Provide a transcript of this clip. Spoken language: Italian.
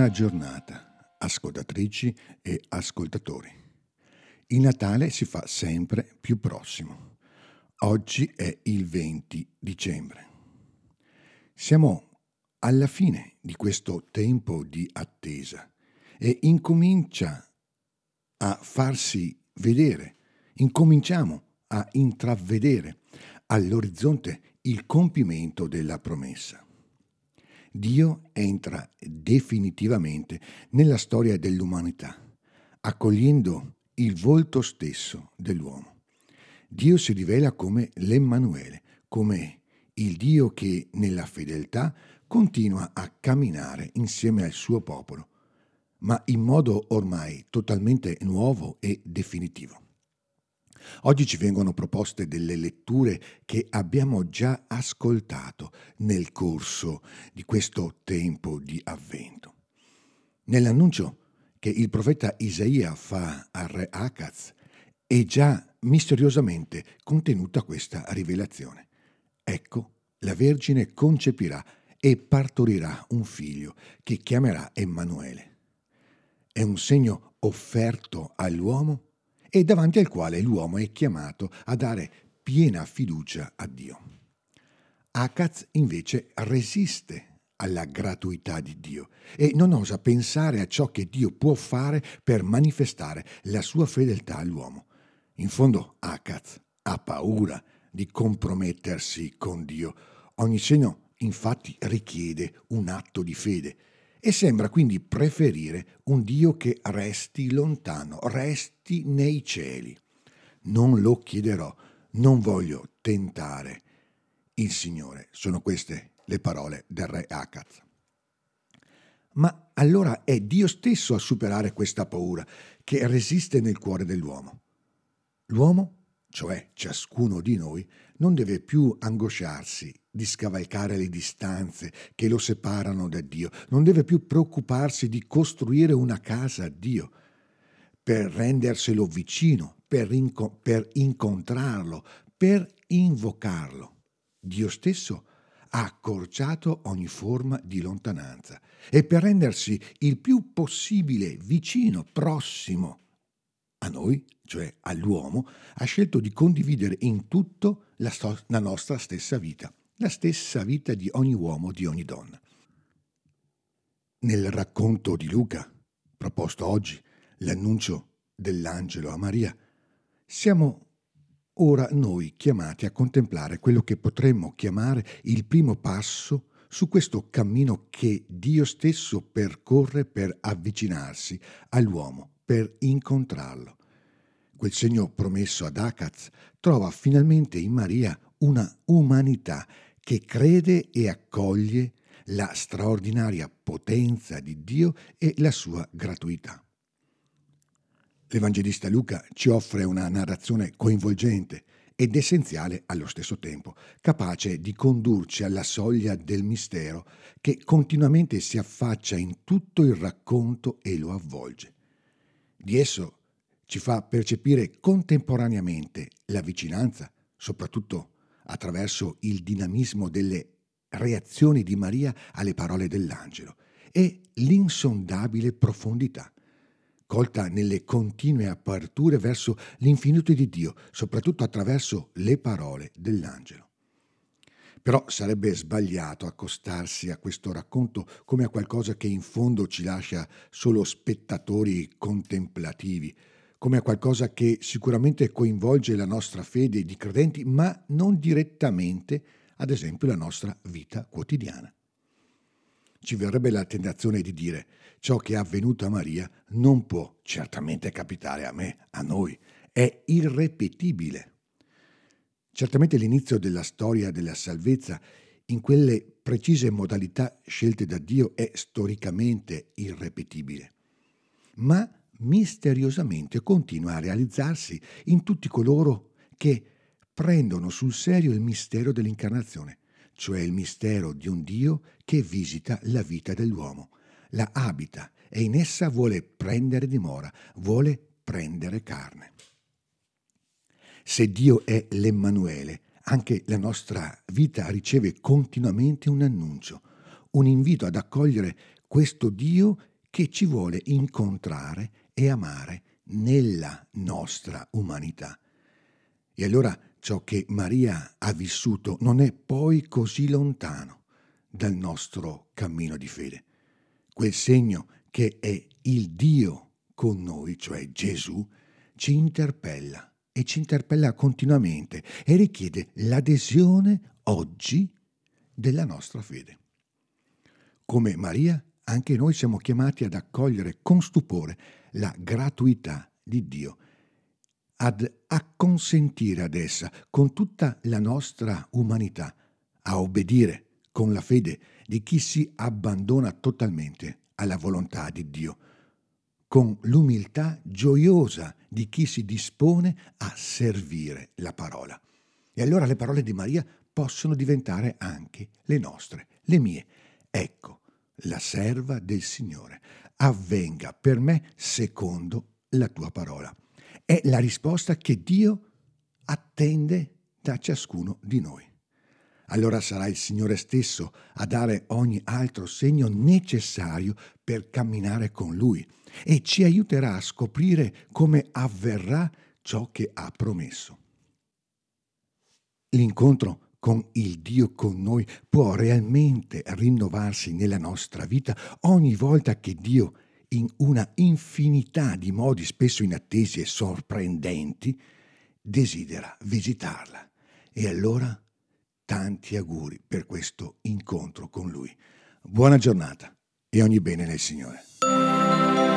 Buona giornata, ascoltatrici e ascoltatori. Il Natale si fa sempre più prossimo. Oggi è il 20 dicembre. Siamo alla fine di questo tempo di attesa e incomincia a farsi vedere, incominciamo a intravedere all'orizzonte il compimento della promessa. Dio entra definitivamente nella storia dell'umanità, accogliendo il volto stesso dell'uomo. Dio si rivela come l'Emmanuele, come il Dio che nella fedeltà continua a camminare insieme al suo popolo, ma in modo ormai totalmente nuovo e definitivo. Oggi ci vengono proposte delle letture che abbiamo già ascoltato nel corso di questo tempo di Avvento. Nell'annuncio che il profeta Isaia fa al re Acaz è già misteriosamente contenuta questa rivelazione. Ecco, la Vergine concepirà e partorirà un figlio che chiamerà Emmanuele. È un segno offerto all'uomo e davanti al quale l'uomo è chiamato a dare piena fiducia a Dio. Acaz invece resiste alla gratuità di Dio e non osa pensare a ciò che Dio può fare per manifestare la sua fedeltà all'uomo. In fondo Acaz ha paura di compromettersi con Dio. Ogni segno infatti richiede un atto di fede e sembra quindi preferire un Dio che resti lontano, resti nei cieli. Non lo chiederò, non voglio tentare il Signore. Sono queste le parole del re Acaz. Ma allora è Dio stesso a superare questa paura che resiste nel cuore dell'uomo. L'uomo, cioè ciascuno di noi, non deve più angosciarsi di scavalcare le distanze che lo separano da Dio, non deve più preoccuparsi di costruire una casa a Dio per renderselo vicino, per incontrarlo, per invocarlo. Dio stesso ha accorciato ogni forma di lontananza e per rendersi il più possibile vicino, prossimo a noi, cioè all'uomo, ha scelto di condividere in tutto la nostra stessa vita, la stessa vita di ogni uomo, di ogni donna. Nel racconto di Luca, proposto oggi, l'annuncio dell'angelo a Maria, siamo ora noi chiamati a contemplare quello che potremmo chiamare il primo passo su questo cammino che Dio stesso percorre per avvicinarsi all'uomo, per incontrarlo. Quel segno promesso ad Acaz trova finalmente in Maria una umanità che crede e accoglie la straordinaria potenza di Dio e la sua gratuità. L'Evangelista Luca ci offre una narrazione coinvolgente ed essenziale allo stesso tempo, capace di condurci alla soglia del mistero che continuamente si affaccia in tutto il racconto e lo avvolge. Di esso ci fa percepire contemporaneamente la vicinanza, soprattutto attraverso il dinamismo delle reazioni di Maria alle parole dell'angelo, e l'insondabile profondità, colta nelle continue aperture verso l'infinito di Dio, soprattutto attraverso le parole dell'angelo. Però sarebbe sbagliato accostarsi a questo racconto come a qualcosa che in fondo ci lascia solo spettatori contemplativi, come a qualcosa che sicuramente coinvolge la nostra fede di credenti, ma non direttamente, ad esempio, la nostra vita quotidiana. Ci verrebbe la tentazione di dire: ciò che è avvenuto a Maria non può certamente capitare a me, a noi, è irripetibile. Certamente l'inizio della storia della salvezza in quelle precise modalità scelte da Dio è storicamente irripetibile, ma misteriosamente continua a realizzarsi in tutti coloro che prendono sul serio il mistero dell'incarnazione, cioè il mistero di un Dio che visita la vita dell'uomo, la abita e in essa vuole prendere dimora, vuole prendere carne. Se Dio è l'Emmanuele, anche la nostra vita riceve continuamente un annuncio, un invito ad accogliere questo Dio che ci vuole incontrare e amare nella nostra umanità. E allora ciò che Maria ha vissuto non è poi così lontano dal nostro cammino di fede. Quel segno che è il Dio con noi, cioè Gesù, ci interpella e ci interpella continuamente e richiede l'adesione oggi della nostra fede. Come Maria, anche noi siamo chiamati ad accogliere con stupore la gratuità di Dio, ad acconsentire ad essa con tutta la nostra umanità, a obbedire con la fede di chi si abbandona totalmente alla volontà di Dio, con l'umiltà gioiosa di chi si dispone a servire la parola. E allora le parole di Maria possono diventare anche le nostre, le mie. Ecco, la serva del Signore, avvenga per me secondo la tua parola. È la risposta che Dio attende da ciascuno di noi. Allora sarà il Signore stesso a dare ogni altro segno necessario per camminare con Lui e ci aiuterà a scoprire come avverrà ciò che ha promesso. L'incontro con il Dio con noi può realmente rinnovarsi nella nostra vita ogni volta che Dio, in una infinità di modi spesso inattesi e sorprendenti, desidera visitarla. E allora tanti auguri per questo incontro con Lui. Buona giornata e ogni bene nel Signore.